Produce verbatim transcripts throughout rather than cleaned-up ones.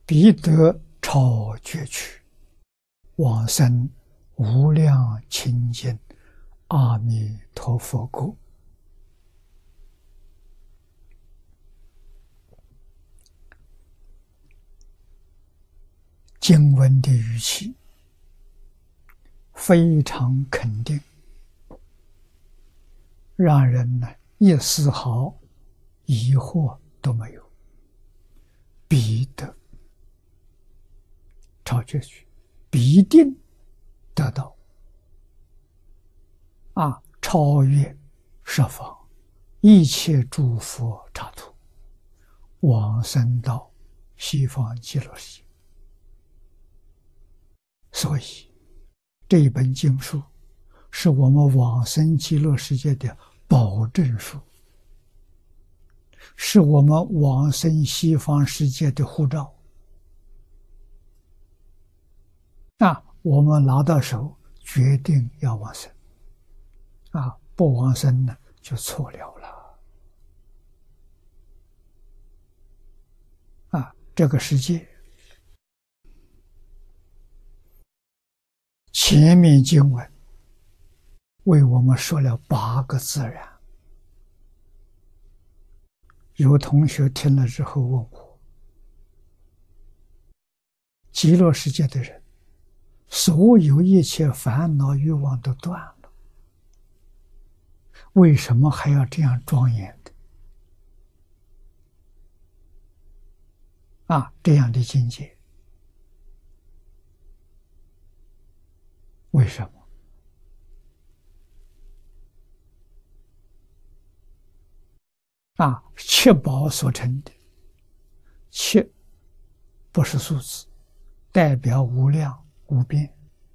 彼得超绝趣，往生无量清净阿弥陀佛国。经文的语气非常肯定，让人呢一丝毫疑惑都没有。彼得超绝趣，必定得到啊，超越十方一切诸佛刹土，往生到西方极乐世界。所以这一本经书是我们往生极乐世界的保证书，是我们往生西方世界的护照。那我们拿到手，决定要往生啊，不往生呢就错了了啊！这个世界前面经文为我们说了八个自然。有同学听了之后问我，极乐世界的人所有一切烦恼欲望都断了，为什么还要这样庄严的啊这样的境界？为什么？啊，七宝所成的，七不是数字，代表无量无边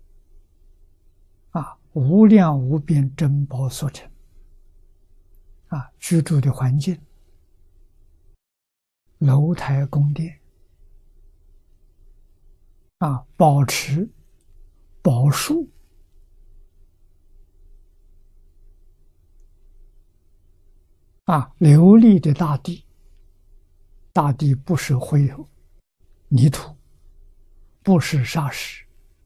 啊，无量无边珍宝所成啊，居住的环境、楼台宫殿啊，宝池、宝树啊，流利的大地，大地不是灰泥土，不是沙石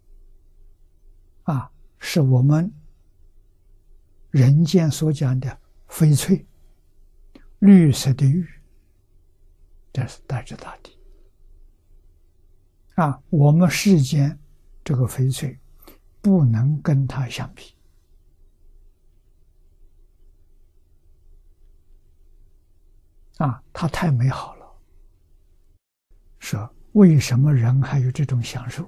啊，是我们人间所讲的翡翠，绿色的玉，这是大智大地啊。我们世间这个翡翠不能跟它相比啊，它太美好了。说为什么人还有这种享受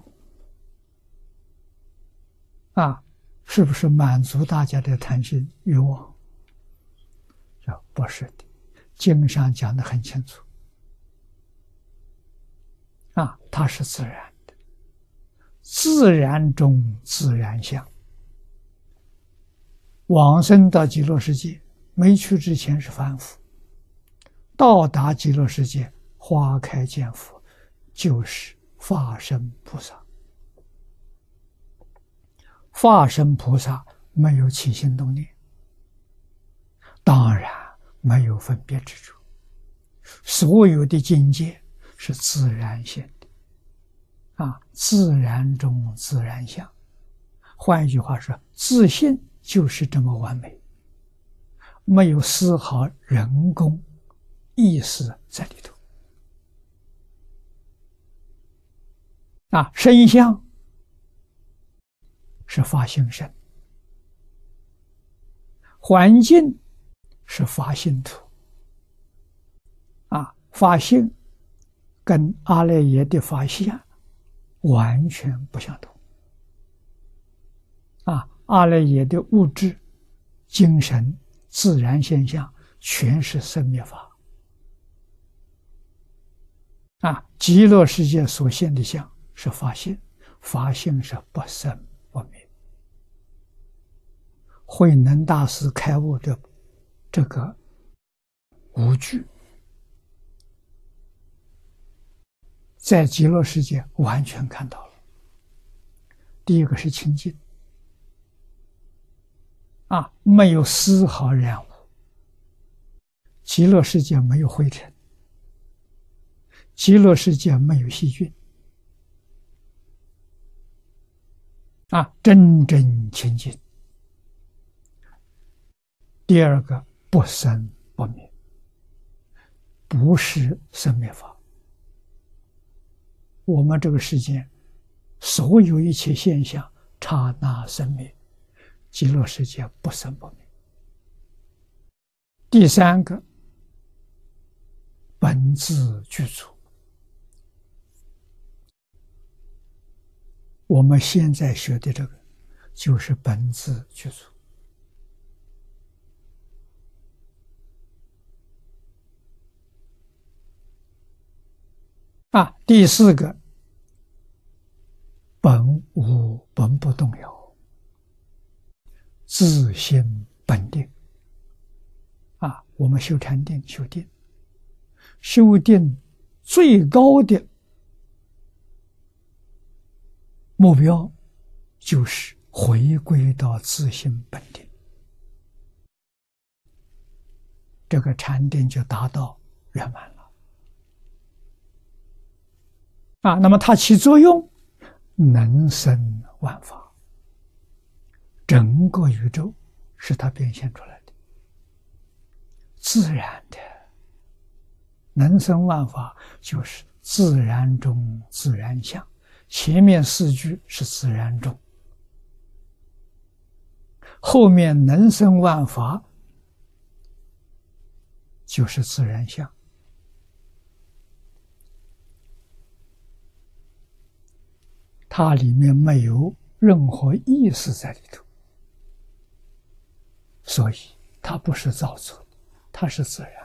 啊？是不是满足大家的贪心欲望？这不是的，经上讲得很清楚啊，它是自然的，自然中自然相。往生到极乐世界，没去之前是凡夫，到达极乐世界，花开见佛，就是法身菩萨。法身菩萨没有起心动念，当然没有分别之处，所有的境界是自然性的啊，自然中自然相。换一句话说，自性就是这么完美，没有丝毫人工意识在里头啊。身相是法性身，环境是法性土啊，法性跟阿赖耶的法相完全不相同啊。阿赖耶的物质、精神、自然现象全是生灭法啊。极乐世界所现的相是法性，法性是不生不灭。慧能大师开悟的这个五句，在极乐世界完全看到了。第一个是清净啊，没有丝毫染污。极乐世界没有灰尘， 极乐世界没有细菌啊，真正清净。第二个，不生不灭，不是生灭法。我们这个世间所有一切现象刹那生灭，极乐世界不生不灭。第三个，本自具足。我们现在学的这个就是本自具足啊。第四个，本无本不动摇，自性本定啊。我们修禅定，修定，修定最高的目标就是回归到自性本定，这个禅定就达到圆满了啊。那么它起作用，能生万法，整个宇宙是它变现出来的，自然的。能生万法就是自然中自然相，前面四句是自然中，后面能生万法就是自然相。它里面没有任何意识在里头，所以它不是造作的，它是自然。